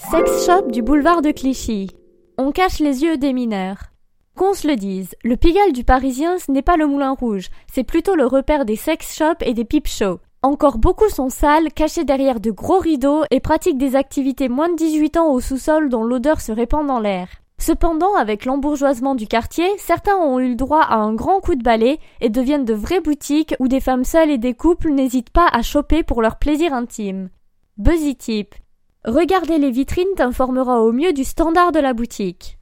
Sex shop du boulevard de Clichy. On cache les yeux des mineurs. Qu'on se le dise, le Pigalle du Parisien, ce n'est pas le Moulin Rouge, c'est plutôt le repère des sex shops et des peep shows. Encore beaucoup sont sales, cachés derrière de gros rideaux et pratiquent des activités moins de 18 ans au sous-sol dont l'odeur se répand dans l'air. Cependant, avec l'embourgeoisement du quartier, certains ont eu le droit à un grand coup de balai et deviennent de vraies boutiques où des femmes seules et des couples n'hésitent pas à choper pour leur plaisir intime. Buzzy Tip. Regarder les vitrines t'informera au mieux du standard de la boutique.